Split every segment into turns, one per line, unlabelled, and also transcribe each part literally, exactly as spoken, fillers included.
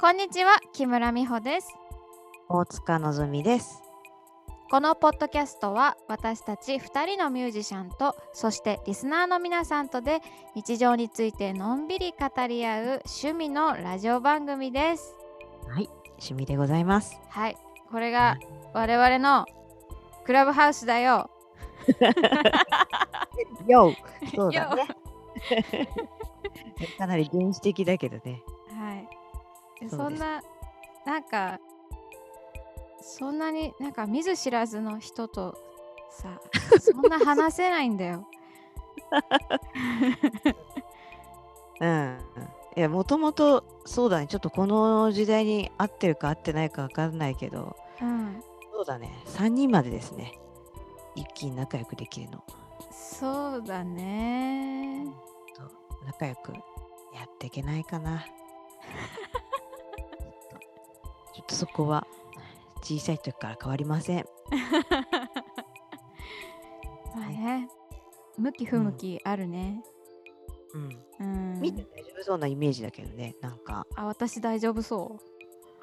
こんにちは、木村美穂です。
大塚のぞみです。
このポッドキャストは私たちふたりのミュージシャンと、そしてリスナーの皆さんとで日常についてのんびり語り合う趣味のラジオ番組です。
はい、趣味でございます。
はい、これが我々のクラブハウスだよ。
よそうだね。かなり原始的だけどね。
はい。
そ
そんななんかそんなになんか見ず知らずの人とさ、そんな話せないんだよ。
うん。いや、もともとそうだね。ちょっとこの時代に合ってるか合ってないかわかんないけど、
うん。
そうだね。さんにんまでですね。一気に仲良くできるの。
そうだね。
と仲良くやっていけないかな。ちょっとそこは小さい時から変わりません。
まあね、向き不向きあるね。
うん。
うん。
見て大丈夫そうなイメージだけどね。なんか。
あ、私大丈夫そう。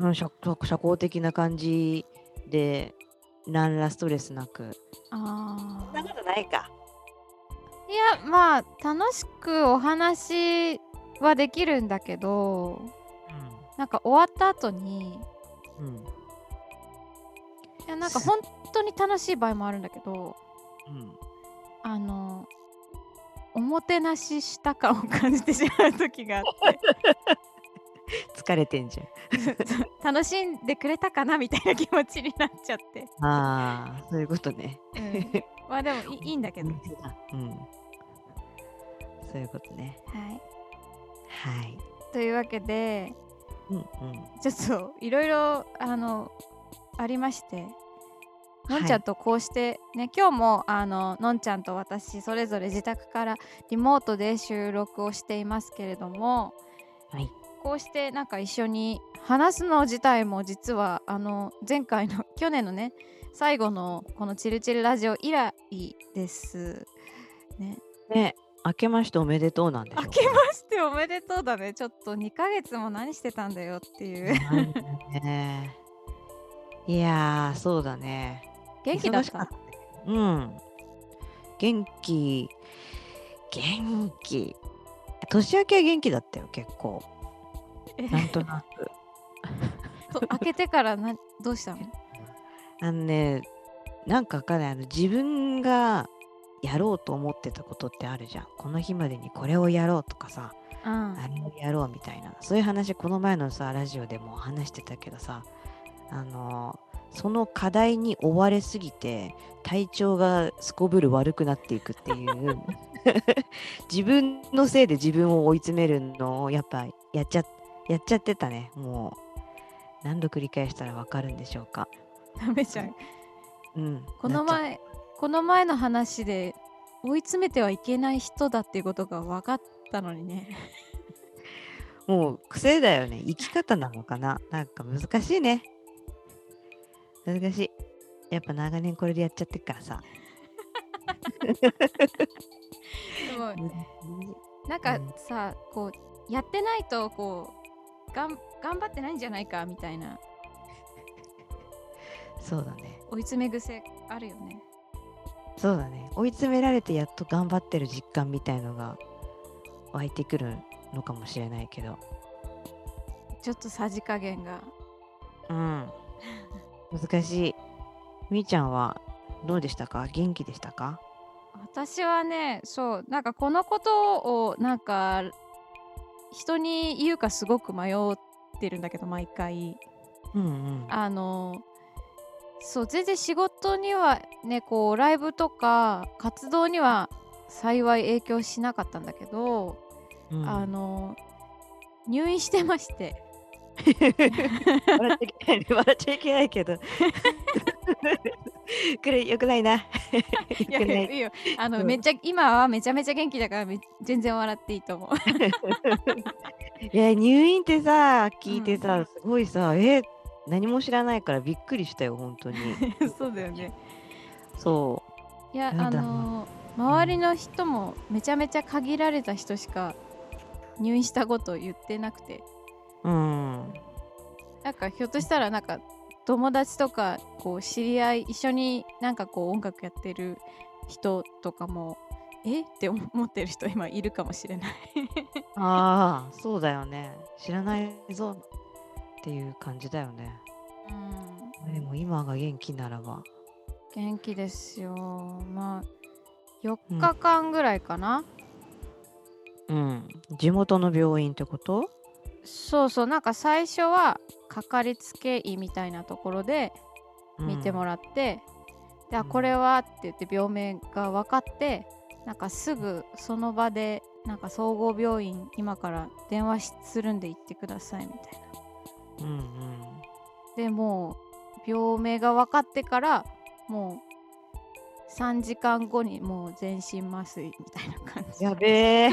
うん、社社交的な感じで何らストレスなく。
あ
そんなことないか。
いや、まあ楽しくお話はできるんだけど、なんか終わった後に、
うん。うん。
いやなんか本当に楽しい場合もあるんだけど、
うん。
あのおもてなしした感を感じてしまう時があって。
疲れてんじゃん。
楽しんでくれたかなみたいな気持ちになっちゃって。
ああ、そういうことね。
うん、まあでもいい、いいんだけど。
うん。そういうことね。
はい。
はい。
というわけで、
うんうん。
ちょっといろいろあのありまして、のんちゃんとこうしてね、今日もあののんちゃんと私それぞれ自宅からリモートで収録をしていますけれども、
はい。
こうしてなんか一緒に話すの自体も実はあの前回の去年のね最後のこのチルチルラジオ以来ですね。
ね、明けましておめでとうなんでしょう、
明けましておめでとうだね。ちょっとにかげつも何してたんだよっていう。
ね。いやー、そうだね。
元気だった？
忙しかった。うん。元気、元気。年明けは元気だったよ、結構。なんとなく。
と開けてからなどうしたの？
あのね、なんかわかんない。あの自分がやろうと思ってたことってあるじゃん。この日までにこれをやろうとかさ、
うん、
あれをやろうみたいな。そういう話、この前のさ、ラジオでも話してたけどさ、あのその課題に追われすぎて、体調がすこぶる悪くなっていくっていう、自分のせいで自分を追い詰めるのをやっぱやっちゃ、やっちゃってたね。もう、何度繰り返したらわかるんでしょうか。
ダメじゃん。
うん。
この前この前の話で追い詰めてはいけない人だっていうことが分かったのにね。
もう癖だよね。生き方なのかな。なんか難しいね。難しい。やっぱ長年これでやっちゃってっからさ。
でもなんかさ、こうやってないとこうがん頑張ってないんじゃないかみたいな。
そうだね。
追い詰め癖あるよね。
そうだね。追い詰められてやっと頑張ってる実感みたいのが湧いてくるのかもしれないけど。
ちょっとさじ加減が。
うん。難しい。みーちゃんはどうでしたか？元気でしたか？
私はね、そうなんかこのことをなんか人に言うかすごく迷ってるんだけど毎回。
うんうん。
あのそう全然仕事にはねこうライブとか活動には幸い影響しなかったんだけど、
うん、
あの入院してまして
笑っちゃいけないね。笑っちゃいけないけどこれよくないな。
いやいやいいよあの、うん、めっちゃ今はめちゃめちゃ元気だから全然笑っていいと思う。
いや入院ってさ聞いてさ、うん、すごいさえ何も知らないからびっくりしたよ本当に。
そうだよね。
そう
いやあの周りの人もめちゃめちゃ限られた人しか入院したことを言ってなくて、
うん、
なんかひょっとしたらなんか友達とかこう知り合い一緒になんかこう音楽やってる人とかもえって思ってる人今いるかもしれない。
ああ、そうだよね。知らないぞっていう感じだよね。
うん、
でも今が元気ならば。
元気ですよ。まあ4
うん。
日間ぐらいかな。
うん。地元の病院ってこと？
そうそう、なんか最初はかかりつけ医みたいなところで
う
見ても
ん。
らって、であこれ
うん。
はって言って病名が分かって、なんかすぐその場でなんか総合病院今から電話しするんで行ってくださいみたいな。
うんうん。
でもう病名が分かってからもうさんじかんごにもう全身麻酔みたいな感じ。
やべえ。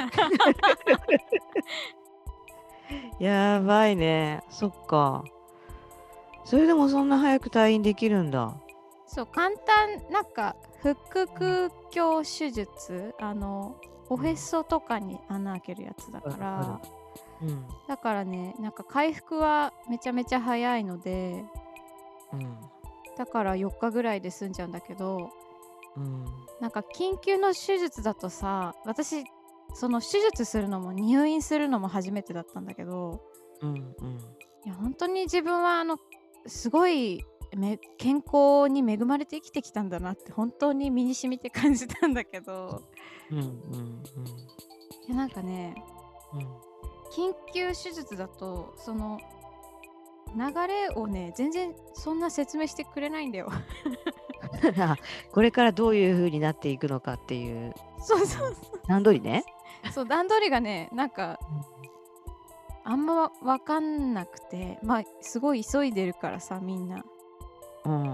やばいね。そっか。それでもそんな早く退院できるんだ。
そう簡単なんか腹腔鏡手術、あのおへそとかに穴開けるやつだか
わか
ら、
る。うん。
だからねなんか回復はめちゃめちゃ早いので、
うん。
だからよっかぐらいで済んじゃうんだけど、
うん。
なんか緊急の手術だとさ、私その手術するのも入院するのも初めてだったんだけど、
うんうん。
いや本当に自分はあのすごいめ健康に恵まれて生きてきたんだなって本当に身に染みて感じたんだけど、
うんうん
いやなんかね
うん。
緊急手術だとその流れをね全然そんな説明してくれないんだよ。
あ、これからどういう風になっていくのかっていう、
そうそう
あの、段取りね。
そう段取りがねなんかあんまわ分かんなくて、まあすごい急いでるからさみんな。
うん。うん。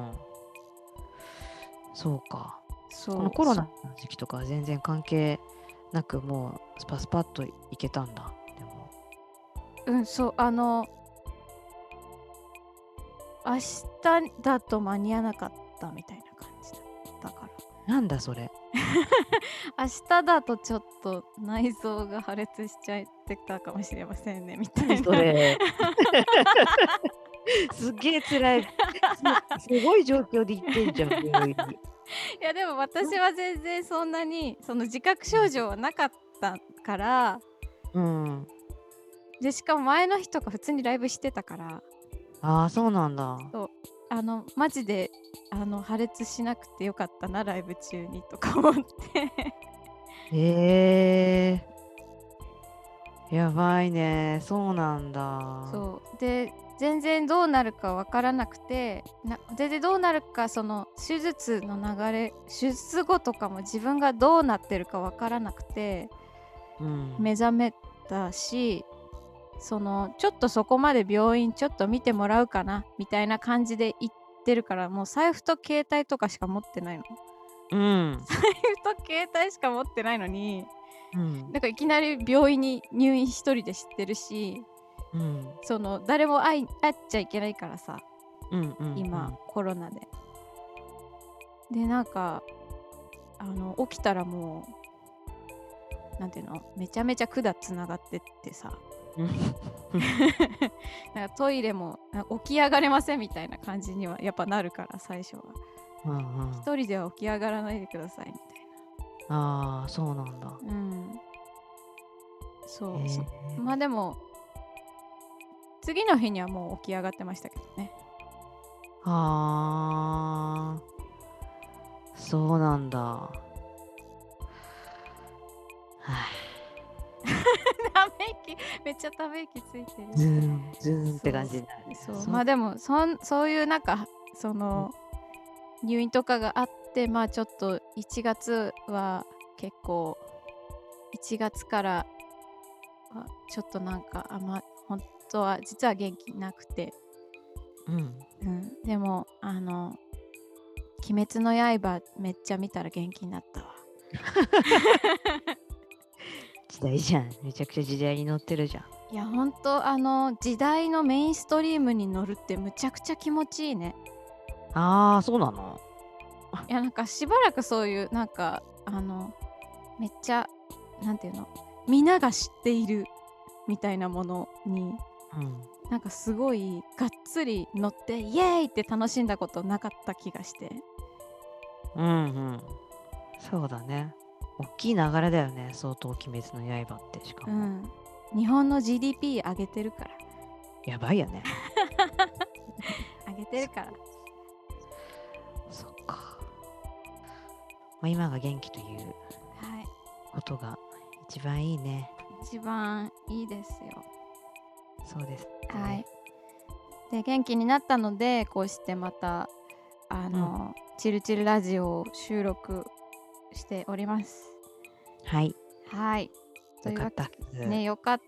そうか。この
そう
コロナの時期とかは全然関係なく、もうスパスパッといけたんだ。でも。
うんそうあの明日だと間に合わなかったみたいな感じだったから。
なんだそれ。
明日だとちょっと内臓が破裂しちゃってたかもしれませんねみたいな。
何それ。すっげえ辛い。すすごい状況で行ってんじゃん、病院に。
いやでも私は全然そんなにその自覚症状はなかったから、
うん。
でしかも前の日とか普通にライブしてたから、
ああ、そうなんだ。
そうあのマジであの破裂しなくてよかったなライブ中にとか思って
ええ、やばいね。そうなんだ。
そうで全然どうなるかわからなくてな全然どうなるかその手術の流れ手術後とかも自分がどうなってるかわからなくて
うん。
目覚めたし、そのちょっとそこまで病院ちょっと見てもらうかなみたいな感じで行ってるから、もう財布と携帯とかしか持ってないの。
うん。
財布と携帯しか持ってないのに、
うん。
なんかいきなり病院に入院一人で知ってるし、
うん。
その誰も会い会っちゃいけないからさ、
うんうん。
今、コロナで。でなんかあの起きたらもうなんていうのめちゃめちゃ管つながってってさ。
うん。
なんかトイレもなんか起き上がれませんみたいな感じにはやっぱなるから最初は
うんうん。
一人では起き上がらないでくださいみたい
ああ、そうなんだ。
な。うんそう、
へ
そ
え。
まあでも次の日にはもう起き上がってましたけどね。
はあ、そうなんだ。はあ、
ため息めっちゃため息ついてる。
ズーン、ズーンって
そう
感じになるね。
そう
そ
まあでもそんそういうなんかそ
うん。
の入院とかがあって、まあちょっといちがつは結構いちがつからはちょっとなんかあんま本当は実は元気なくて、
うん。
うん、でもあの鬼滅の刃めっちゃ見たら元気になったわ。
時代じゃん。めちゃくちゃ時代に乗ってるじゃん。
いや本当あの時代のメインストリームに乗るってむちゃくちゃ気持ちいいね。
ああ、そうなの。
いやなんかしばらくそういうなんかあのめっちゃなんていうのみんなが知っているみたいなものに
うん。
なんかすごいがっつり乗ってイエーイって楽しんだことなかった気がして。
うんうん。そうだね。大きい流れだよね、相当鬼滅の刃って。しかも、
うん、日本の ジーディーピー 上げてるから。
やばいよね。
上げてるから。
そっか。まあ、今が元気という
はい。
ことが一番いいね。
一番いいですよ。
そうです、ね。
はい。で元気になったのでこうしてまたあの、うん、チルチルラジオを収録しております。
はい。
はい。
よかった。
ね、よかった。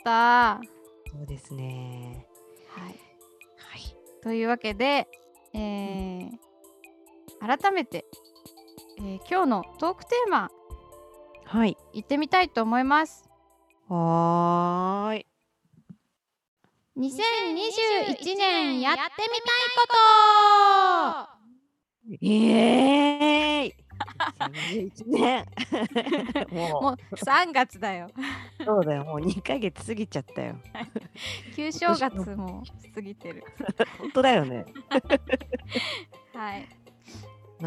そうですね。
はい。
はい。
というわけで、えーうん、改めて、えー、今日のトークテーマ、
はい、
行ってみたいと思います。
はーい。
にせんにじゅういちねんやってみたいこと
イエーイにせんにじゅういちねんもう
もうさんがつだよ。
そうだよ、もうにかげつ過ぎちゃったよ。
旧正月も過ぎてる。
本当だよね。
はい。
うん。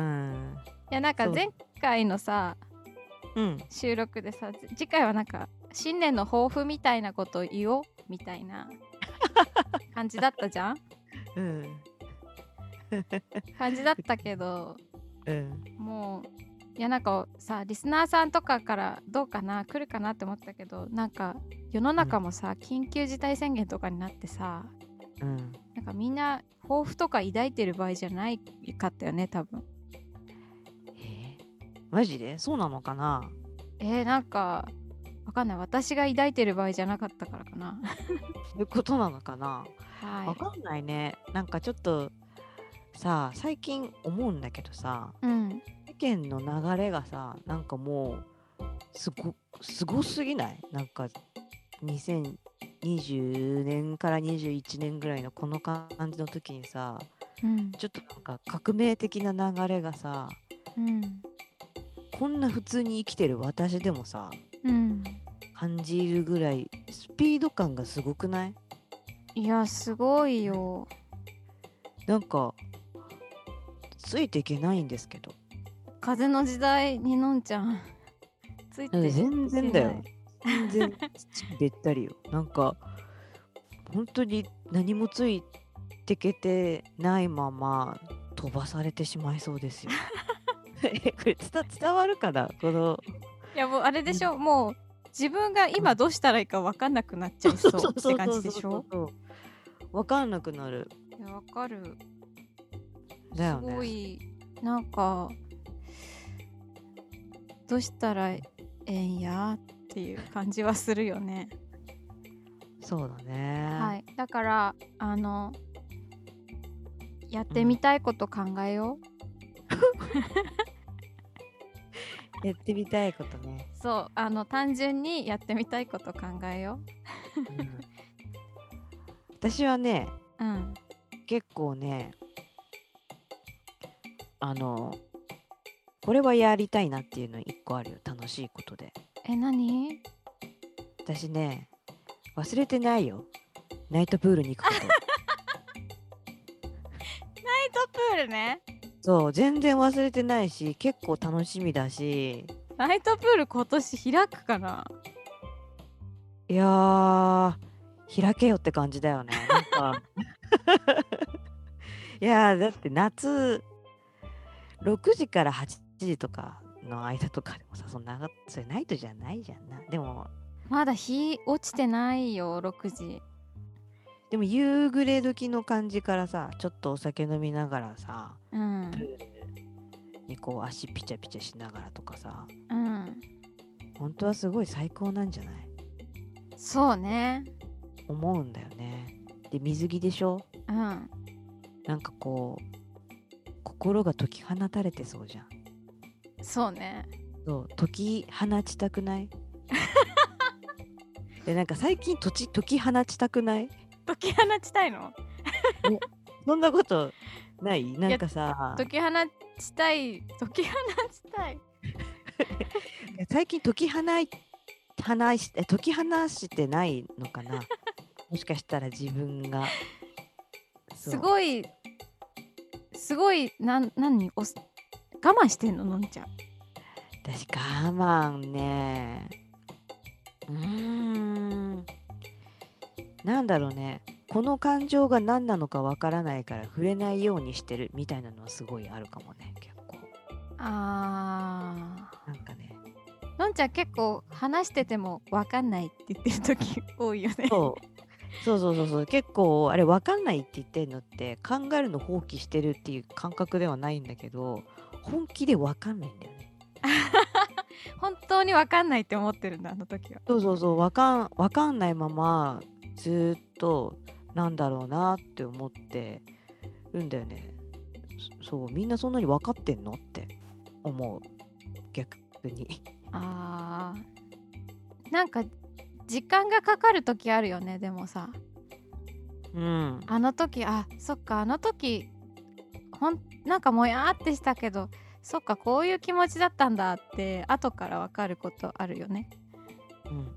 いやなんか前回のさ、
うん、
収録でさ、次回はなんか新年の抱負みたいなことを言おうみたいな感じだったじゃん。
うん。
感じだったけど、
うん、
もういやなんかさリスナーさんとかからどうかな来るかなって思ったけど、なんか世の中もさ、うん、緊急事態宣言とかになってさ、うん、なんかみんな抱負とか抱いてる場合じゃないかったよね多分。
えー、マジでそうなのかな。
えー、なんかわかんない、私が抱いてる場合じゃなかったからかな。
そういうことなのかな。
はい、
わかんないね。なんかちょっとさ最近思うんだけどさ、
うん、
世間の流れがさなんかもうすごすごすぎない？なんかにせんにじゅうねんからにじゅういちねんぐらいのこの感じの時にさ、うん、ちょっとなんか革命的な流れがさ、うん、こんな普通に生きてる私でもさ、うん、感じるぐらいスピード感がすごくない？
いやすごいよ。
なんかついていけないんですけど。
風の時代にのんちゃんついていけない。
全然だよ。全然べったりよ。なんか本当に何もついてけてないまま飛ばされてしまいそうですよ。これ 伝, 伝わるかなこの。
いやもうあれでしょ、うん、もう自分が今どうしたらいいか分かんなくなっちゃいそうって感じでしょ。
分かんなくなる。
いや分かる。
だよね。
すごいなんかどうしたらええんやっていう感じはするよね。
そうだね。
はい。だからあのやってみたいこと考えよ
う。うん、やってみたいことね。
そうあの単純にやってみたいこと考えよう。うん、
私はね、
うん、
結構ねあのこれはやりたいなっていうの一個あるよ。楽しいことで。
え、何？
私ね忘れてないよ。ナイトプールに行くこと。ナイ
トプールね。
そう全然忘れてないし結構楽しみだし。
ナイトプール今年開くかな。
いやー開けよって感じだよね。なんかいやーだって夏ろくじからはちじとかの間とかでもさ、そんなそれナイトじゃないじゃんな。でも
まだ日落ちてないよろくじ。
でも夕暮れ時の感じからさ、ちょっとお酒飲みながらさ、
うん、
プールにこう足ピチャピチャしながらとかさ、
うん、
本当はすごい最高なんじゃない？
そうね。
思うんだよね。で水着でしょ？
うん。
なんかこう心が解き放たれてそうじゃん。
そうね。
そう解き放ちたくない？でなんか最近とち解き放ちたくない？
解き放ちたいの？
そんなことない？なんかさ
解き放ちたい解き放ちたい
最近解き放い話し解き放してないのかな。 もしかしたら自分が、そう。
すごいすごいなん何おす我慢してんののんちゃん。
私我慢ね。うーん。なんだろうね。この感情が何なのかわからないから触れないようにしてるみたいなのはすごいあるかもね、結構。
あ
なんかね。
ーのんちゃん結構話してても分かんないって言ってる時多いよね。
そうそうそうそうそう。結構、あれわかんないって言ってるのって考えるの放棄してるっていう感覚ではないんだけど、本気でわかんないんだよね。
本当に分かんないって思ってるんだあの時は。
そうそうそう、わかん、わかんないままずーっとなんだろうなって思ってるんだよね。そそう、みんなそんなに分かってんのって思う、逆に。
あーなんか時間がかかる時あるよね。でもさ
うん。
あの時あそっかあの時ほんなんかもやーってしたけどそっかこういう気持ちだったんだって後から分かることあるよね。
うんうんうんうん。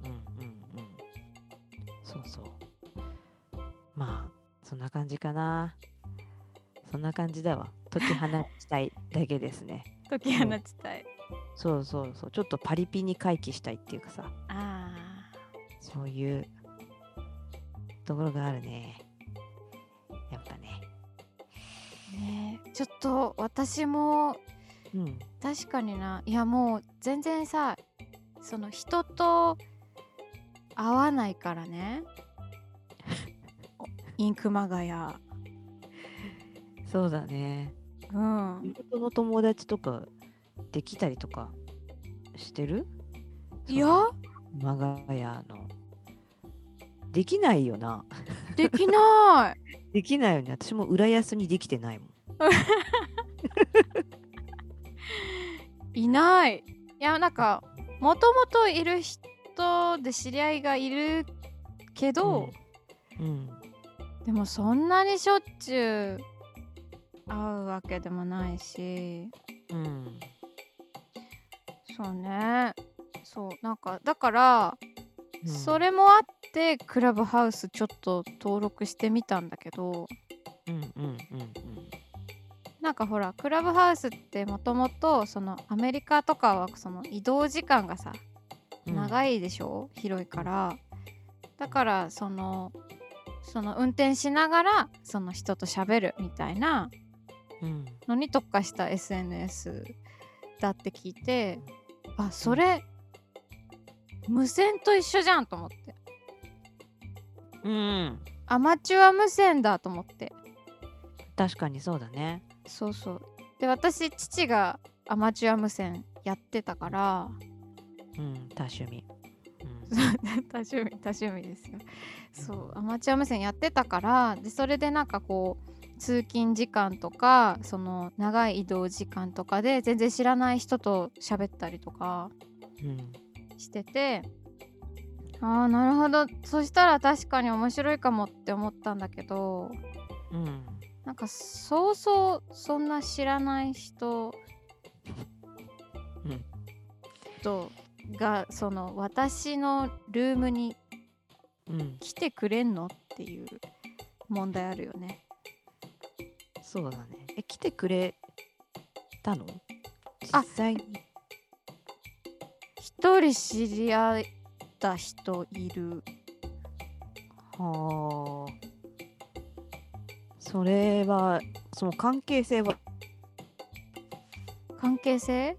そうそう。まあ、そんな感じかな。そんな感じだわ。解き放ちたいだけですね。
解き放ちたい。
そうそうそう。ちょっとパリピに回帰したいっていうかさ、
あ
そういうところがあるね。やっぱね。
ーねえちょっと私も
うん。
確かにないやもう全然さその人と会わないからねおインクマガヤ
そうだね。
うん
地元の友達とかできたりとかしてる？
いや
その我が家の。できないよな。
できな
できないよね。私も浦安にできてないもん。
いいないいやなんかもともといる人で知り合いがいるけど、
うん。うん。
でもそんなにしょっちゅう会うわけでもないし
うん。
そうねそうなんかだから、
うん
それもあってクラブハウスちょっと登録してみたんだけど
うんうんうん
なんかほらクラブハウスってもともとそのアメリカとかはその移動時間がさ
うん。
長いでしょ、広いからだからそのその運転しながらその人と喋るみたいな
うん
のに特化した エスエヌエス だって聞いてあそれ無線と一緒じゃんと思って
うん。
アマチュア無線だと思って
確かにそうだね。
そうそうで私父がアマチュア無線やってたから
うん。多趣味。
多趣味多趣味ですよそうアマチュア無線やってたからでそれでなんかこう通勤時間とかその長い移動時間とかで全然知らない人と喋ったりとか
うん。
しててあーなるほどそしたら確かに面白いかもって思ったんだけど
うん。
なんかそうそうそんな知らない人
うん。
とがその私のルームに
うん。
来てくれんのっていう問題あるよね。
そうだね。え、来てくれたの？
あ
実際に。
一人知り合った人いる。
はあ。それは、その関係性は、
関係性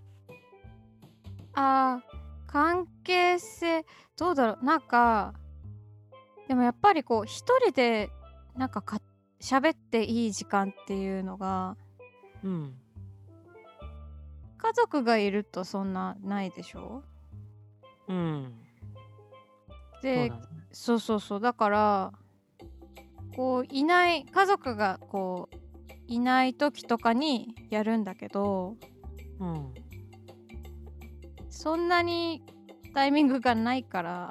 あー関係性どうだろうなんかでもやっぱりこう一人でなんかか喋っていい時間っていうのが
うん。
家族がいるとそんなないでしょ
うん。そう
で
だね。
そうそうそうだからこういない家族がこういない時とかにやるんだけど
うん。
そんなにタイミングがないから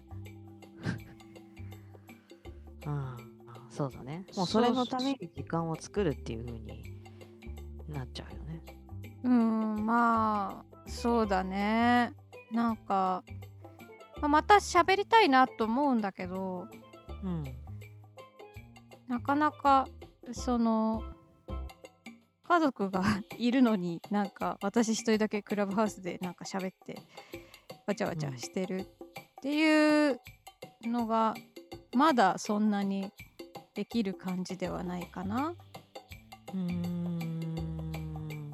ああ、そうだね。もうそれのために時間を作るっていう風になっちゃうよね。
うーんまあそうだねなんか、まあ、また喋りたいなと思うんだけど
うん。
なかなかその家族がいるのになんか私一人だけクラブハウスでなんか喋ってわちゃわちゃ
うん。
してるっていうのがまだそんなにできる感じではないかな。
うーん。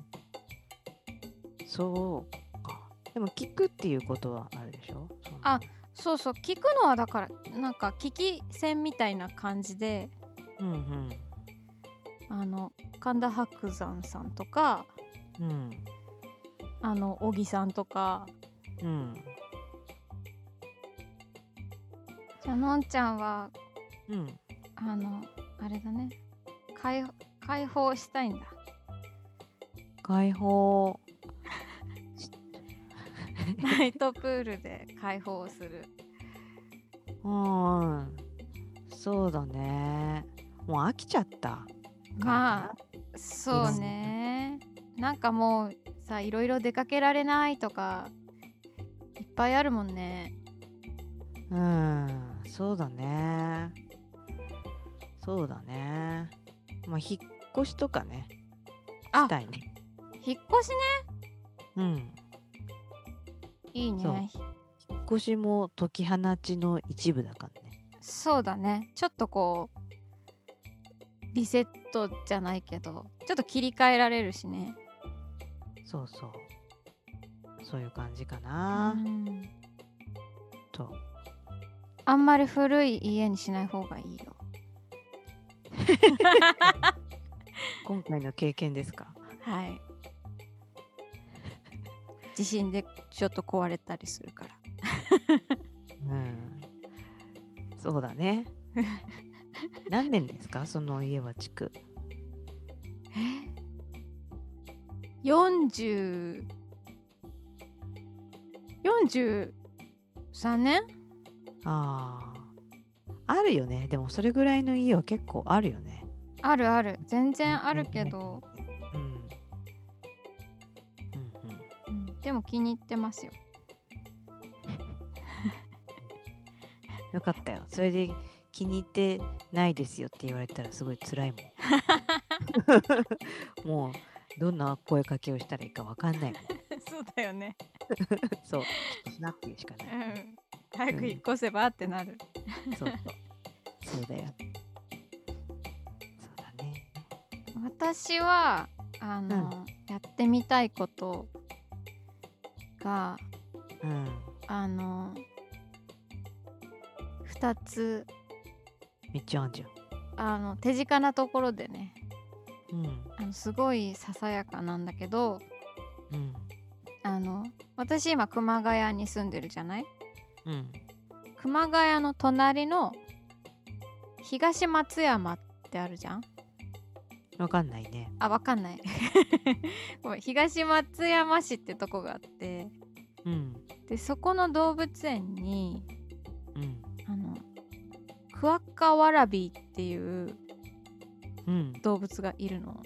そうか。でも聞くっていうことはあるでしょ？その
あ、そうそう、聞くのはだからなんか聞き戦みたいな感じで、
うんうん。
あの神田伯山さんとか
うん。
あの小木さんとか、
うん。
じゃあのんちゃんは
うん。
あのあれだね、解解放したいんだ。
解放。
ナイトプールで解放する。
うーん。そうだね。もう飽きちゃったからか
ま
な。
あそうね。なんかもうさ、いろいろ出かけられないとかいっぱいあるもんね。
うん、そうだね。そうだね。まあ、引っ越しとかね。
あ
したいね。
引っ越しね。
うん。
いい
そう
ね。
引っ越しも解き放ちの一部だからね。
そうだね。ちょっとこうリセットじゃないけどちょっと切り替えられるしね。
そうそう。そういう感じか
う
な。
ん。
と。
あんまり古い家にしない方がいいよ。
今回の経験ですか？
はい。地震でちょっと壊れたりするから。
うん。そうだね。何年ですか？その家は築。
よんじゅう、よんじゅうさんねん？
ああ。あるよね。でもそれぐらいの家は結構あるよね。
あるある。全然あるけど、
うん。うんうん。
うん、でも気に入ってますよ。
よかったよ。それで気に入ってないですよって言われたらすごい辛いもん。もうどんな声かけをしたらいいかわかんないもん。
そうだよね。
そう。きっとしなっていうしかない。
うん。早く引っ越せばってなる。
そうそう。そうだよ。そうだね。
私はあの、
うん
やってみたいことが
うん。
あのふたつ
めっちゃあんじゃん。
あの手近なところでね、
うん。
あのすごいささやかなんだけど、
うん。
あの私今熊谷に住んでるじゃない。
うん。
熊谷の隣の東松山ってあるじゃん。
わかんないね。
あ、わかんないごめん、東松山市ってとこがあって、
うん。
でそこの動物園に
うん。
あのクワッカワラビーっていう
うん。
動物がいるの。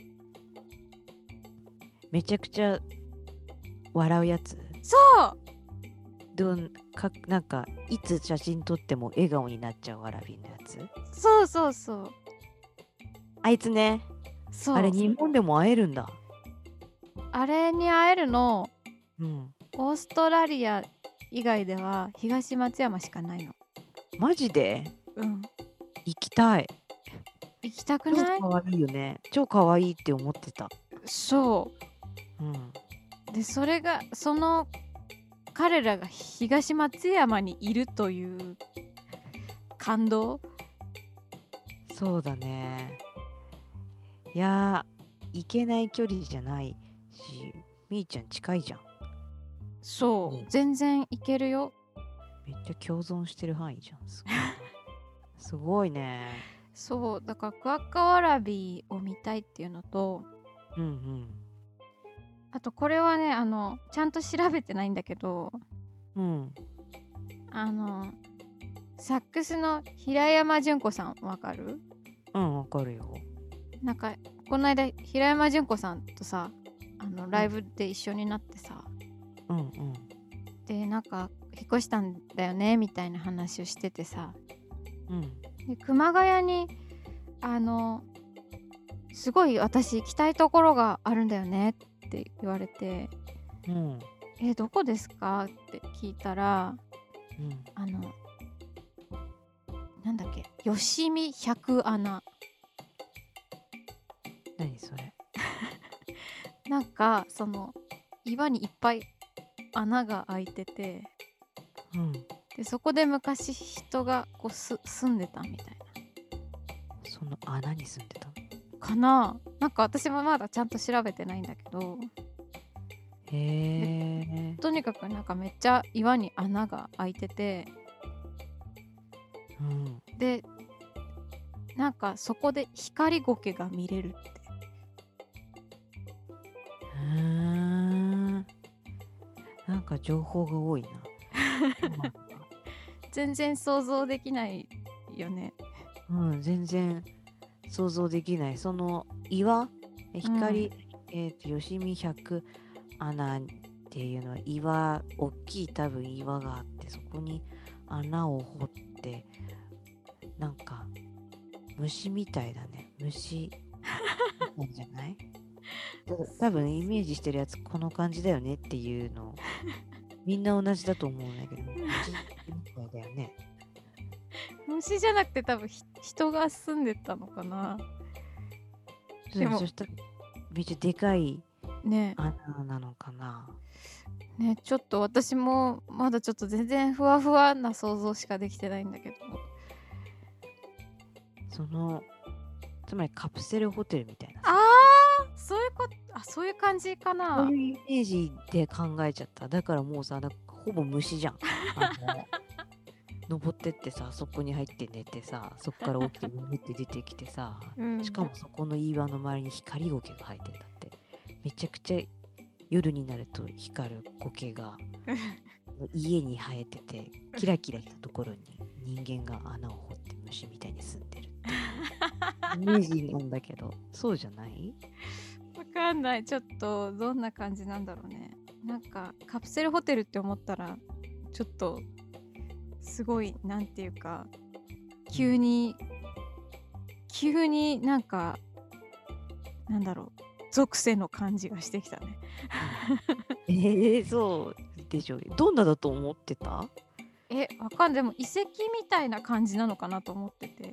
めちゃくちゃ笑うやつ。
そう
どんかなんかいつ写真撮っても笑顔になっちゃうわらびのやつ。
そうそうそう
あいつね。
そう。
あれ日本でも会えるんだ。
あれに会えるの
うん。
オーストラリア以外では東松山しかないの。
マジで
うん。
行きたい。
行きたく
超
ない？
可愛いよね。超可愛いって思ってた。
そ
うん。
うでそれがその彼らが東松山にいるという感動。
そうだね。いやー、行けない距離じゃないし、みーちゃん近いじゃん。
そう、
うん
全然いけるよ。
めっちゃ共存してる範囲じゃん。すごいなすごいね。
そうだからクワッカワラビーを見たいっていうのと、
うんうん。
あとこれはねあのちゃんと調べてないんだけど、
うん。
あのサックスの平山純子さんわかる？
うん、わかるよ。
なんかこの間平山純子さんとさあのライブで一緒になってさ、
うんうん。
でなんか引っ越したんだよねみたいな話をしててさ、
うん
で熊谷にあのすごい私行きたいところがあるんだよねって言われて、
うん
えどこですかって聞いたら、
うん
あのなんだっけ、吉見百穴、
何それ。
なんかその岩にいっぱい穴が開いてて、
うん
でそこで昔人がこうす住んでたみたい
その穴に住んでたの。
なかな。なんか私もまだちゃんと調べてないんだけど、
へえ。
とにかくなんかめっちゃ岩に穴が開いてて、
うん
でなんかそこで光苔が見れるって。
うーんなんか情報が多いな。
全然想像できないよね。
うん、全然想像できない。その岩、え光、
うん
えっ、と、吉見百穴っていうのは岩、大きい多分岩があって、そこに穴を掘って、なんか虫みたいだね。虫なんじゃない？多分イメージしてるやつこの感じだよねっていうのみんな同じだと思うんだけど、虫みたいだよね。
虫じゃなくて多分ひ人が住んでたのかな。
そ
でも
そしたらめっちゃでかい
ね
穴なのかな。
ねちょっと私もまだちょっと全然ふわふわな想像しかできてないんだけど。
そのつまりカプセルホテルみたいなさ、
あーそういうこと、あそういう感じか
そう
な。
いうイメージで考えちゃった。だからもうさ、なんかほぼ虫じゃん。あの登ってってさ、そこに入って寝てさ、そこから起きてむって出てきてさ、
うん
しかもそこの岩の周りに光苔が生えてんだって。めちゃくちゃ夜になると光る苔が家に生えてて、キラキラしたところに人間が穴を掘って虫みたいに住んでるっていうイメージなんだけど、そうじゃない？
わかんない。ちょっとどんな感じなんだろうね。なんかカプセルホテルって思ったらちょっとすごいなんていうか急に急になんかなんだろう属性の感じがしてきたね。
えー、そうでしょう。どんなだと思ってた？
えわかんない。でも遺跡みたいな感じなのかなと思ってて、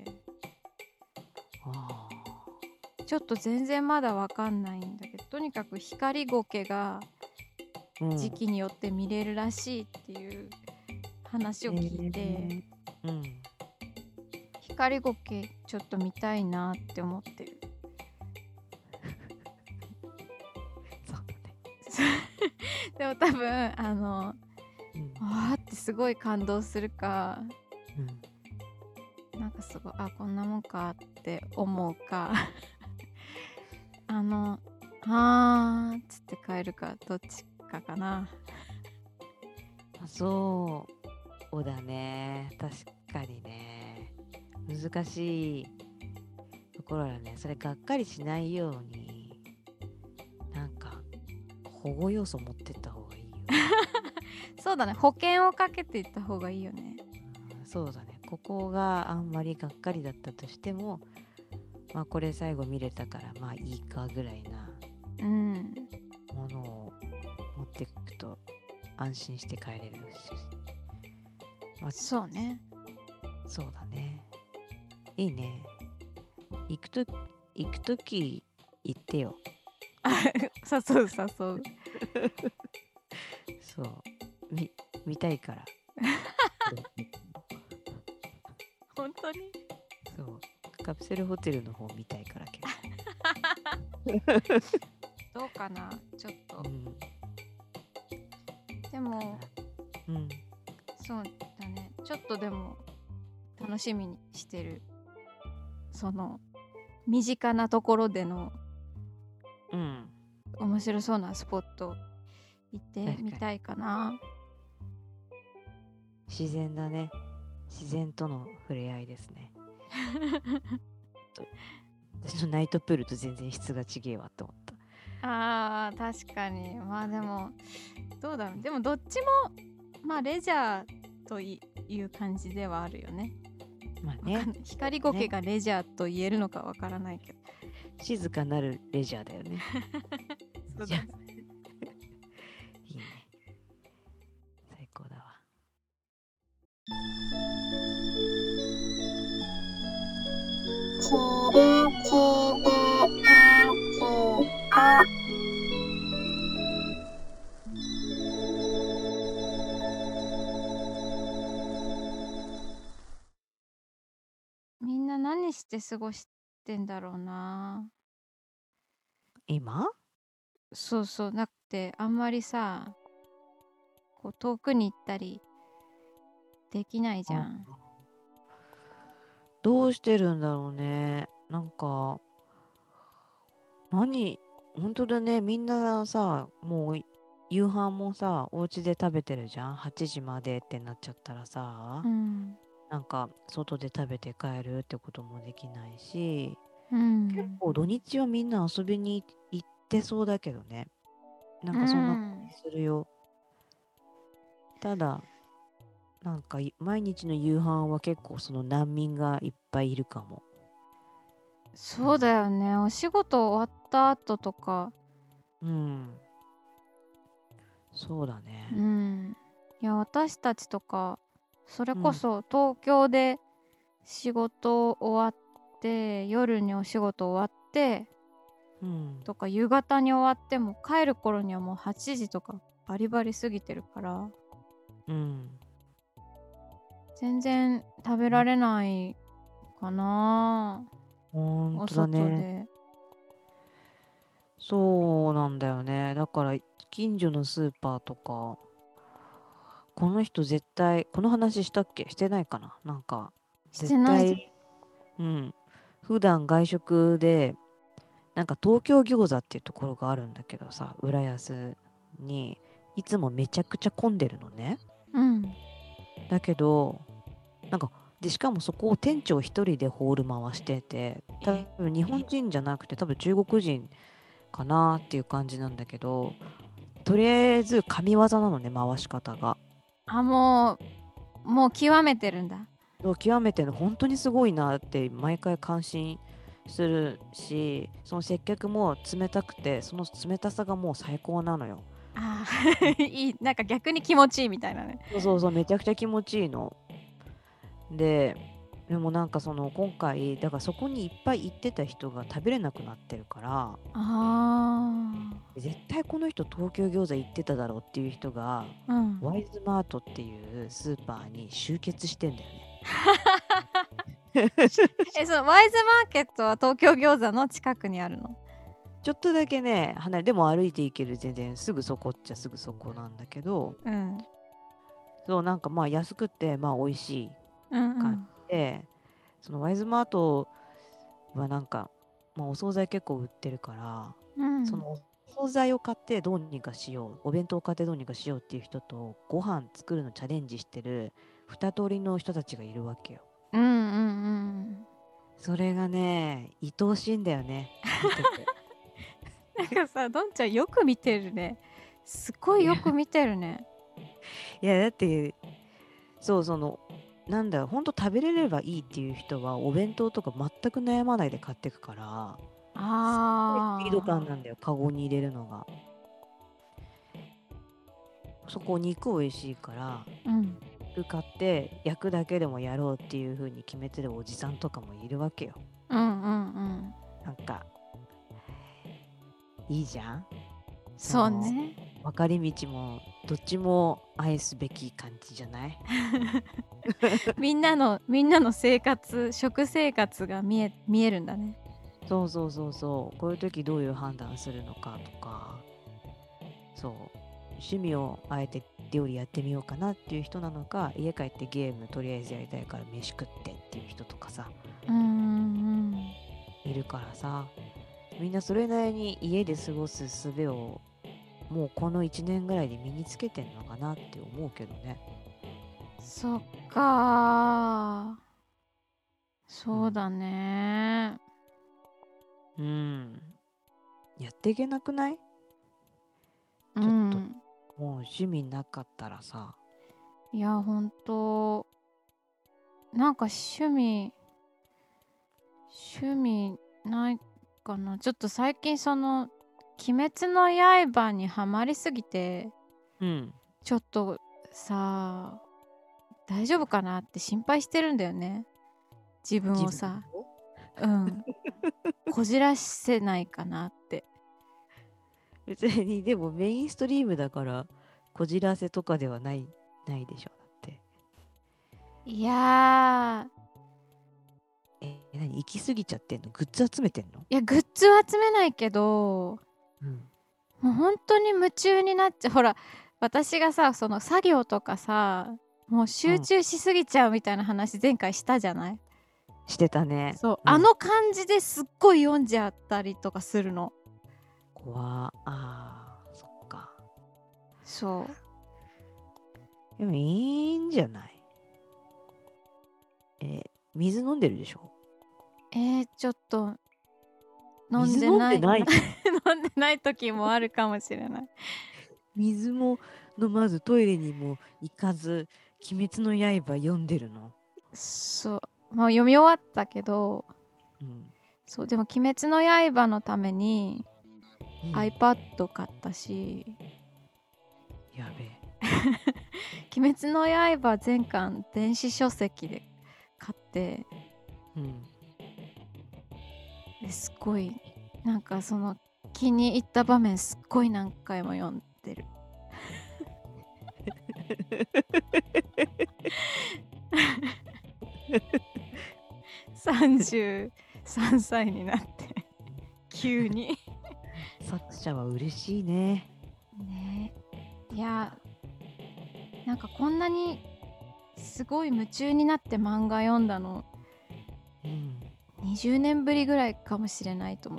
あ
ちょっと全然まだわかんないんだけど、とにかく光苔が
ー、うん
時期によって見れるらしいっていう話を聞いて、
えーうん、
光苔ちょっと見たいなって思ってる。
そうだね。
でも多分あの
うん
わーってすごい感動するか、
うん
なんかすごいあこんなもんかって思うかあのあーっつって帰るかどっちかかな。
あそうだね。確かにね。難しいところだね。それがっかりしないように、なんか保護要素持ってった方がいいよ。
そうだね、保険をかけていった方がいいよね。
うんそうだね。ここがあんまりがっかりだったとしても、まあこれ最後見れたからまあいいかぐらいな
うん
ものを持っていくと安心して帰れるし、まあ、
そうね。
そうだね。いいね。行くと行くとき行ってよ。
誘う誘う。
そうみ見たいから。
本当に
そうカプセルホテルの方見たいからけど。
どうかなちょっと、
うん
でも
うん
そうだね、ちょっとでも楽しみにしてる、その身近なところでの
うん
面白そうなスポット行って
確かに
みたいかな。
自然だね。自然との触れ合いですね。私のナイトプールと全然質が違えわって思った。
あー確かに。まあでもどうだろう、でもどっちもまあレジャーといいう感じではあるよね。
まあ
わかん
ね、
ない。光
そうね。
苔がレジャーと言えるのかわからないけど。
静かなるレジャーだよね。
そう
じゃあ、
だね。
いいね。最高だわ。
チルチルラジオ。
みんな何して過ごしてんだろうな。
今
そうそう。なくて、あんまりさ、こう遠くに行ったりできないじゃ
あ
ん。
どうしてるんだろうね。なんか、何、本当だね。みんなさ、もう夕飯もさ、お家で食べてるじゃん。はちじまでってなっちゃったらさ、
うん。
なんか外で食べて帰るってこともできないし、
う
結
ん。
構土日はみんな遊びに行ってそうだけどね。な
う
んかそんな感
ん。
じするよ。ただ、なんかい毎日の夕飯は結構その難民がいっぱいいるかも。
そうだよね。お仕事終わった後とか、
うん、そうだ
う
ね。
ん。いや、私たちとか、それ
うん、
こそ東京で仕事終わって、夜にお仕事終わって、
うん、
とか夕方に終わっても帰る頃にはもうはちじとかバリバリ過ぎてるから、
うん。
全然食べられないかな。
ほん
お
とだね。
外で。
そうなんだよね。だから近所のスーパーとか、この人絶対、この話したっけしてないかななんか、
してない。
絶対、うん。普段外食で、なんか東京餃子っていうところがあるんだけどさ、浦安に、いつもめちゃくちゃ混んでるのね。
うん。
だけど、なんか、で、しかもそこを店長一人でホール回してて、多分日本人じゃなくて多分中国人かなっていう感じなんだけど、とりあえず神業なのね、回し方が。
あ、もう、もう極めてるんだ。
そう極めての本当にすごいなって毎回感心するし、その接客も冷たくて、その冷たさがもう最高なのよ。
あーいい。なんか逆に気持ちいいみたいなね。
そうそうそう、めちゃくちゃ気持ちいいの。で、でもなんかその今回、だからそこにいっぱい行ってた人が食べれなくなってるから、
あ
絶対この人東京餃子行ってただろうっていう人が、
あ。うん。
ワイズマートっていうスーパーに集結してんだよね。
え、そのワイズマーケットは東京餃子の近くにあるの？
ちょっとだけね、離れ、でも歩いて行ける全然すぐそこっちゃすぐそこなんだけど、
うん。
そうなんかまあ安くてまあ美味しい感
うんうん。
じで、そのワイズマートはなんか、まあお惣菜結構売ってるから、
うん。
そのお惣菜を買ってどうにかしよう、お弁当を買ってどうにかしようっていう人と、ご飯作るのチャレンジしてる二通りの人たちがいるわけよ。
うんうんうん。
それがね、愛おしいんだよね、見てて。
なんかさ、どんちゃんよく見てるね。すごい
いや、
よく見てるね。
いやだって、そう、その、なんだろう、ほんと食べれればいいっていう人は、お弁当とか全く悩まないで買ってくから、すっごいスピード感
あ
なんだよ、カゴに入れるのが。そこ肉美味しいから、
あ。うん。
肉買って焼くだけでもやろうっていう風に決めてるおじさんとかもいるわけよ。
うんうんうん。
なんか、いいじゃんそ
そう
の、
ね。
分かれ道も、どっちも愛すべき感じじゃない？
みんなのみんなの生活、食生活が見え見えるんだね。
そうそうそうそう。こういう時どういう判断するのかとか、そう。趣味をあえて料理やってみようかなっていう人なのか、家帰ってゲームとりあえずやりたいから飯食ってっていう人とかさ、
うんうん
いるからさ、みんなそれなりに家で過ごす術をもうこのいちねんぐらいで身につけてんのかなって思うけどね。
うん。そっかー。
うん。
そうだね。
うん。やっていけなくない？
う
ちょっと
ん。
もう趣味なかったらさ、
いや、ほんと、 なんか趣味趣味ないかな。ちょっと最近その鬼滅の刃にハマりすぎて、
うん
ちょっとさ大丈夫かなって心配してるんだよね、自分をさ。うんこじらせないかなって。
別にでもメインストリームだからこじらせとかではないないでしょ。だって
いやー
え何行き過ぎちゃってんの？グッズ集めてんの？
いやグッズは集めないけど、
うん
もう本当に夢中になっちゃう。ほら私がさその作業とかさもう集中しすぎちゃうみたいな話前回したじゃない？
してたね。
そう、
うん
あの感じですっごい読んじゃったりとかするの。
怖あーそっか。
そう
でもいいんじゃない？えー水飲んでるでしょ？
えー、ちょっと飲ん
水
でない
飲んでない
飲んでない時もあるかもしれない。
水も飲まずトイレにも行かず鬼滅の刃読んでるの？
そうまあ読み終わったけど、
うん
そうでも鬼滅の刃のために
うん
iPad 買ったし、
やべえ。
鬼滅の刃全巻電子書籍で買って
うん
ですごいなんかその気に入った場面すっごい何回も読んでる。さんじゅうさんさいになって急に
作者は嬉しいね。
ねえいやなんかこんなにすごい夢中になって漫画読んだの
うん
にじゅうねんぶりぐらいかもしれないと思って。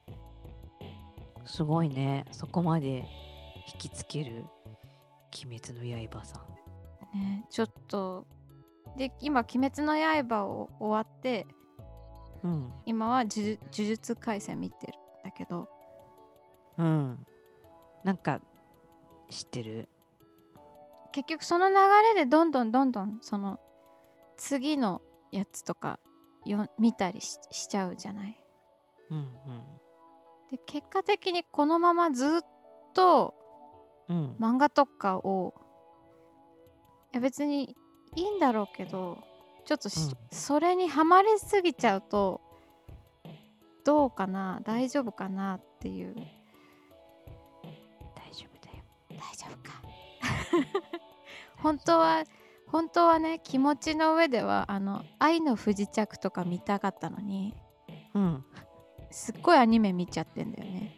すごいね。そこまで引きつける鬼滅の刃さん。
ねちょっとで今「鬼滅の刃」を終わって
うん
今は呪術呪術廻戦見てるんだけど、
うんなんか知ってる。
結局その流れでどんどんどんどんその次のやつとかよ見たり し, しちゃうじゃない。
うん
で結果的にこのままずっと
うんうん
漫画とかをいや別にいいんだろうけどちょっとし、
うん
それにハマりすぎちゃうとどうかな大丈夫かなっていう。
大丈夫だよ。
大丈夫か本当は本当はね気持ちの上ではあの愛の不時着とか見たかったのに
うん
すっごいアニメ見ちゃってんだよね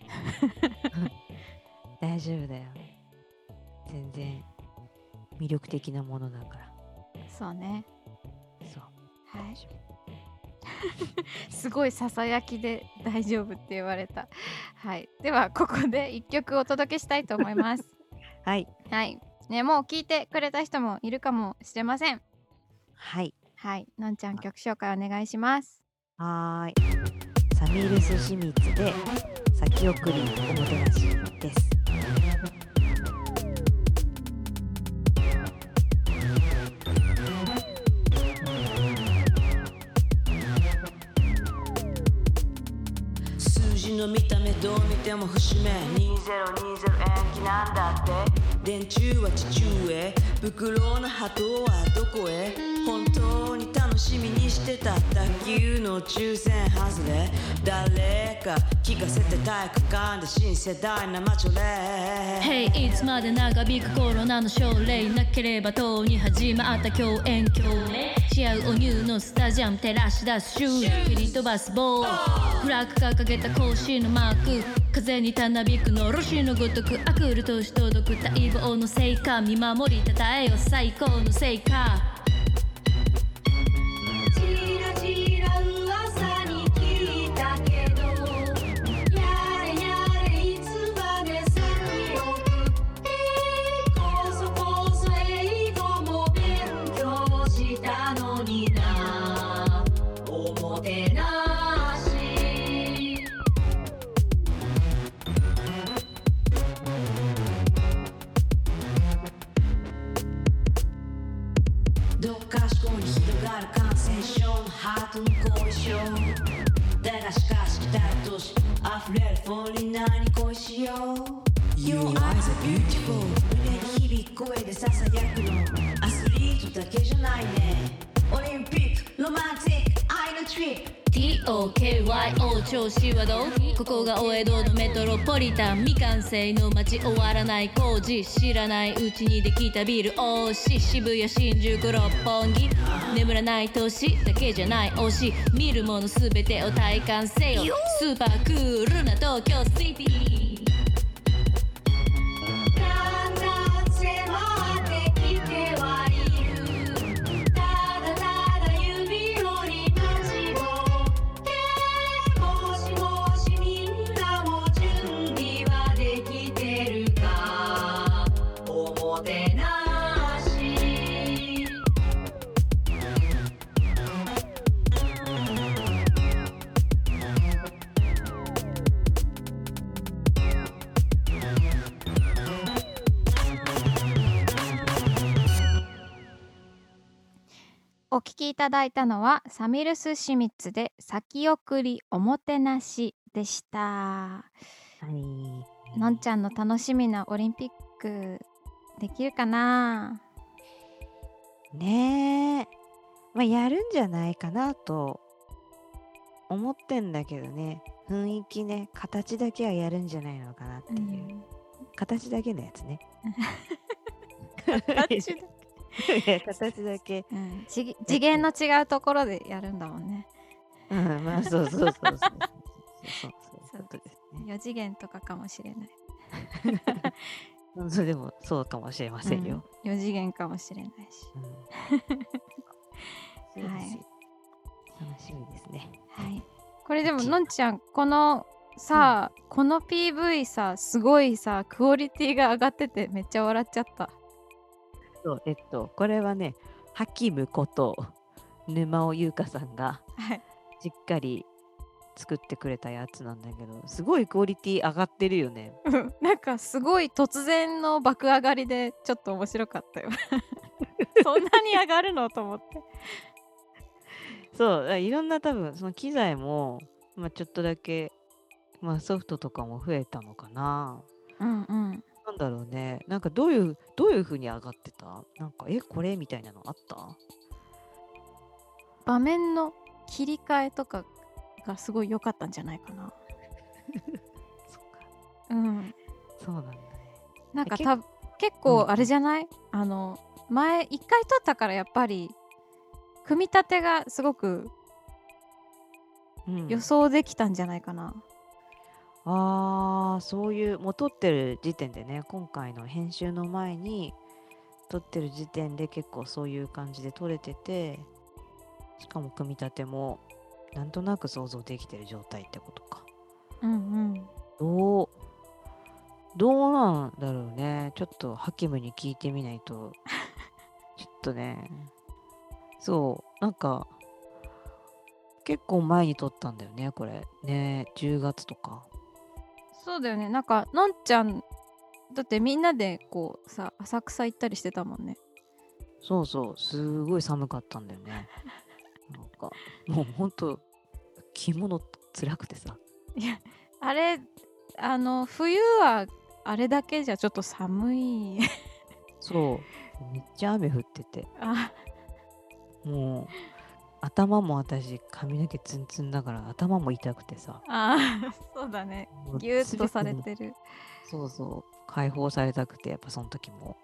大丈夫だよ。全然魅力的なものだから。
そうね
そう
はい
大丈夫。
すごいささやきで大丈夫って言われた。はいではここで一曲お届けしたいと思います
はい
はいねもう聞いてくれた人もいるかもしれません。
はい
はいのんちゃん曲紹介お願いします。
はーい。サミルスシミツで先送りおもてなしです。
数字の見た目どう見ても節目にせんにじゅう延期なんだって。電柱は地中へ袋の鳩はどこへ。本当に楽しみにしてた卓球の抽選外れ。誰か聞かせて体育館で新世代なマチョレ。
Hey いつまで長引くコロナの症例なければとうに始まった共演共鳴し合うお乳のスタジアム照らし出すシューズ切り飛ばすボールフラッグ掲げた甲子のマーク風にたなびくのろしのごとくあくるとし届く待望の成果見守りたたえよ最高の成果
ちらちら噂に聞いたけどやれやれいつまで先送ってこそこそ英語も勉強したのになおもてなし
どハートの後遺症だがしかし期待とし溢れるフォーリナーに恋しよう Your eyes are beautiful 胸に響く声でささやくのアスリートだけじゃないねオリンピックロマンティック愛のトリップ
ティーオーケーワイオー 調子はどうここがお江戸のメトロポリタン未完成の街終わらない工事知らないうちにできたビル多し渋谷新宿六本木眠らない都市だけじゃない推し見るものすべてを体感せよスーパークールな東京シティ
だんだん迫ってきてはいるただただ指折り待ちぼってもしもしみんなも準備はできてるかおもてなし
お聞きいただいたのはサミルス・シミッツで先送りおもてなしでした。
はい
のんちゃんの楽しみなオリンピックできるかな。
ねえ、まあやるんじゃないかなと思ってんだけどね。雰囲気ね、形だけはやるんじゃないのかなっていう、
うん、
形だけのやつね。
形だ
いや形だけ、
うん、次次元の違うところでやるんだもんね。
うん、まあそうそうそうそうそうそうそうそういうことですね。
よ次元とかかもしれない。
うんそれでもそうかもしれませんよ。
うん、よ次元かもしれないし。
うん、はい。楽しみですね。
はい。これでものんちゃんこのさ、うん、この ピーブイ さすごいさクオリティが上がっててめっちゃ笑っちゃった。
そうえっとこれはねハキムこと沼尾優香さんがしっかり作ってくれたやつなんだけど、すごいクオリティ上がってるよね。
なんかすごい突然の爆上がりでちょっと面白かったよ。そんなに上がるのと思って。
そういろんな多分その機材も、まあ、ちょっとだけ、まあ、ソフトとかも増えたのかな。
うんうん。
なんだろうね。なんかどういうどういう風に上がってた？なんかえこれみたいなのあった？
場面の切り替えとかがすごい良かったんじゃないかな。
そっか。
うん。
そうなんだね。
なんかた結構あれじゃない？うん、あの前一回撮ったからやっぱり組み立てがすごく予想できたんじゃないかな。
うん、ああそういうもう撮ってる時点でね、今回の編集の前に撮ってる時点で結構そういう感じで撮れてて、しかも組み立てもなんとなく想像できてる状態ってことか。
うんうん。
どうどうなんだろうね。ちょっとハキムに聞いてみないとちょっとね。そうなんか結構前に撮ったんだよねこれね。じゅうがつとか。
そうだよね。なんかのんちゃんだってみんなでこうさ浅草行ったりしてたもんね。
そうそうすごい寒かったんだよね。なんかもうほんと着物辛くてさ。
いやあれあの冬はあれだけじゃちょっと寒い。
そうめっちゃ雨降ってて、
あ
もう頭も私髪の毛ツンツンだから頭も痛くてさ。
あそうだね。ギュッとされてる。
そうそう解放されたくてやっぱその時も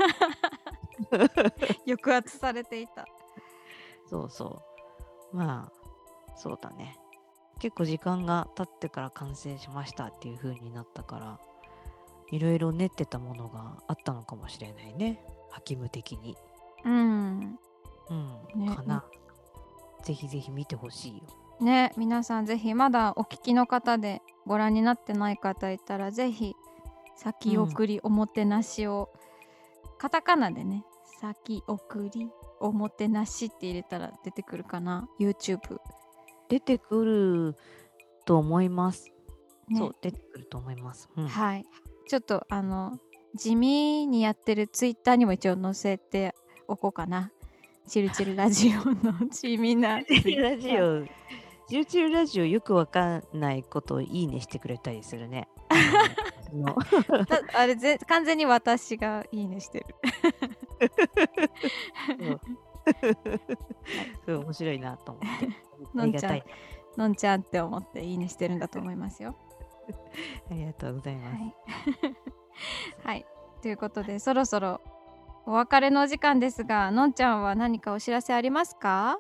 抑圧されていた。
そうそうまあそうだね。結構時間が経ってから完成しましたっていう風になったから、いろいろ練ってたものがあったのかもしれないね。ハキム的に。
うん
うん、ね、かな。ぜひぜひ見てほしいよ。
ね、皆さんぜひまだお聞きの方でご覧になってない方いたらぜひ先送りおもてなしを、うん、カタカナでね先送りおもてなしって入れたら出てくるかな。 YouTube
出てくると思います、ね、そう出てくると思います、うん、
はいちょっとあの地味にやってる Twitter にも一応載せておこうかな。 チルチルラジオの地味な
チルチルラジオ、チルチルラジオよくわかんないことをいいねしてくれたりするね。あの
たあれぜ完全に私がいいねしてる。
そうそう面白いなと思って。
のんちゃん
ありがたい。
のんちゃんって思っていいねしてるんだと思いますよ。
ありがとうございます。
はい、はい、ということでそろそろお別れのお時間ですが、のんちゃんは何かお知らせありますか？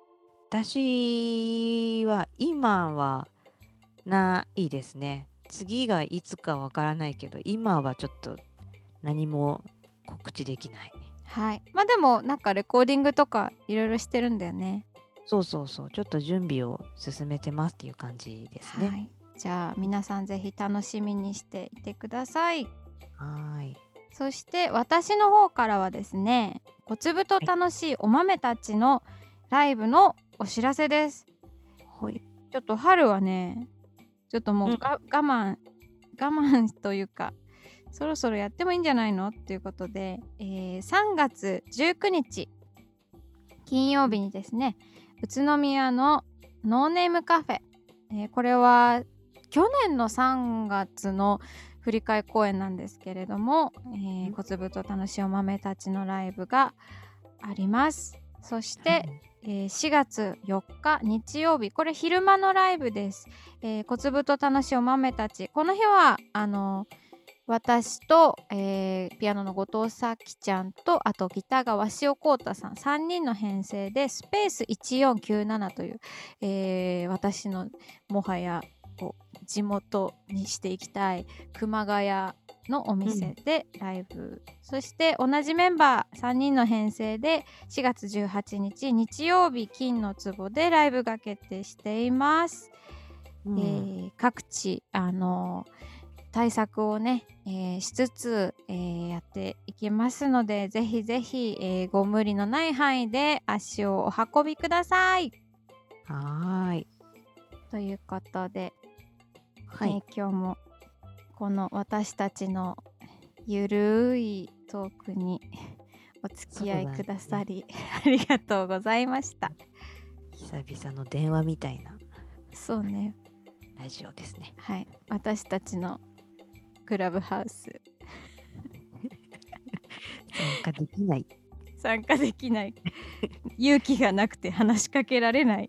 私は今はないですね。次がいつかわからないけど、今はちょっと何も告知できない。
はい。まあでもなんかレコーディングとかいろいろしてるんだよね。
そうそうそう、ちょっと準備を進めてますっていう感じですね。
はい。じゃあ皆さんぜひ楽しみにしていてください。
はーい。
そして私の方からはですね、小粒と楽しいお豆たちのライブのお知らせです。
ほい。
ちょっと春はね、ちょっともう
うん
が、我慢我慢というか、そろそろやってもいいんじゃないのっていうことで、えーさんがつじゅうくにち金曜日にですね、宇都宮のノーネームカフェ、えーこれは去年のさんがつの振り替え公演なんですけれども、えー小粒と楽しいお豆たちのライブがあります。そして、えーしがつよっか日曜日、これ昼間のライブです。えー小粒と楽しいお豆たち、この日はあの私と、えーピアノの後藤咲ちゃんと、あとギターが鷲尾浩太さん、さんにんの編成でスペースいちよんきゅうななという、えー私のもはやこう地元にしていきたい熊谷のお店でライブ、そして同じメンバーさんにんの編成でしがつじゅうはちにち日曜日金の壺でライブが決定しています。
うん
えー各地あの対策をね、えーしつつ、えーやっていきますので、ぜひぜひ、えーご無理のない範囲で足をお運びください。
はーい。
ということで、
はい。
えー今日もこの私たちのゆるいトークにお付き合いくださり、ありがとうございました。
久々の電話みたいな
そうね、
ラジオですね。
はい、私たちのクラブハウス
参加できない。
参加できない勇気がなくて話しかけられない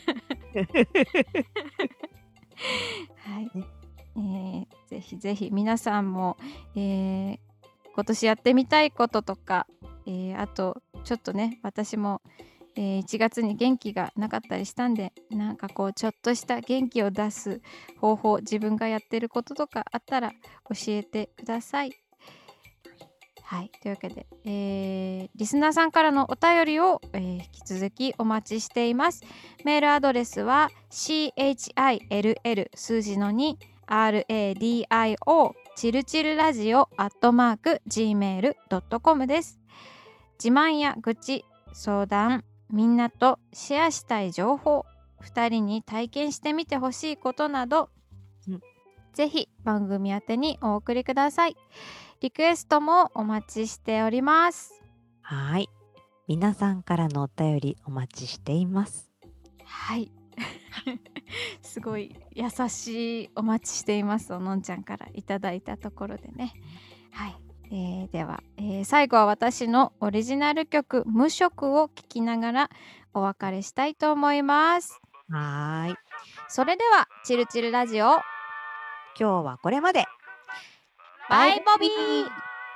はい、
ね
えーぜひぜひ皆さんも、えー今年やってみたいこととか、えーあとちょっとね、私も、えーいちがつに元気がなかったりしたんで、なんかこうちょっとした元気を出す方法、自分がやってることとかあったら教えてください。はい、というわけで、えーリスナーさんからのお便りを、えー引き続きお待ちしています。メールアドレスは シーエイチアイエルエル 数字の に アールエーディーアイオー チルチルラジオアットマーク ジーメールドットコム です。自慢や愚痴、相談、みんなとシェアしたい情報、ふたりに体験してみてほしいことなど、
うん
ぜひ番組宛てにお送りください。リクエストもお待ちしております。
はーい。皆さんからのお便りお待ちしています。
はいすごい優しいお待ちしていますをのんちゃんからいただいたところでね。はい、えーでは、えー最後は私のオリジナル曲無色を聴きながらお別れしたいと思います。
はーい。
それではチルチルラジオ、
今日はこれまで。
バイボビー。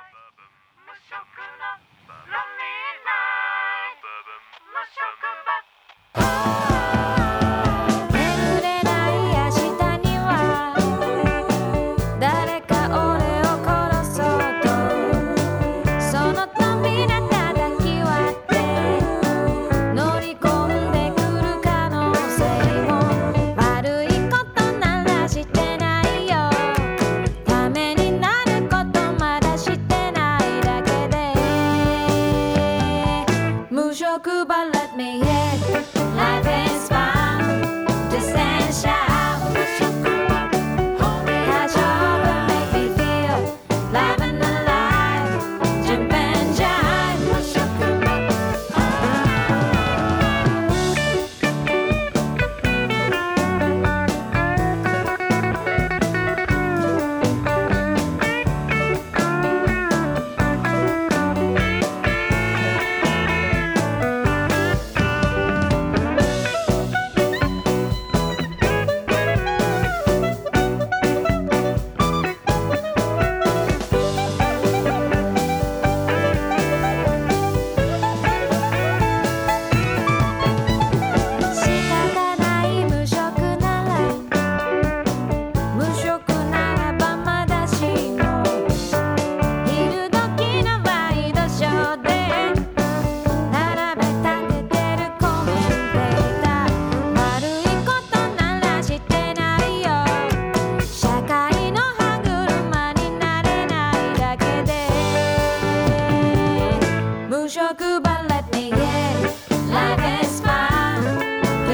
眠れない明日には誰か俺を殺そうと、その扉叩き割って乗り込んでくる可能性も、悪いことならしてないよ、ためになることまだしてないだけで、無職 but let me hear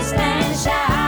ステンシャル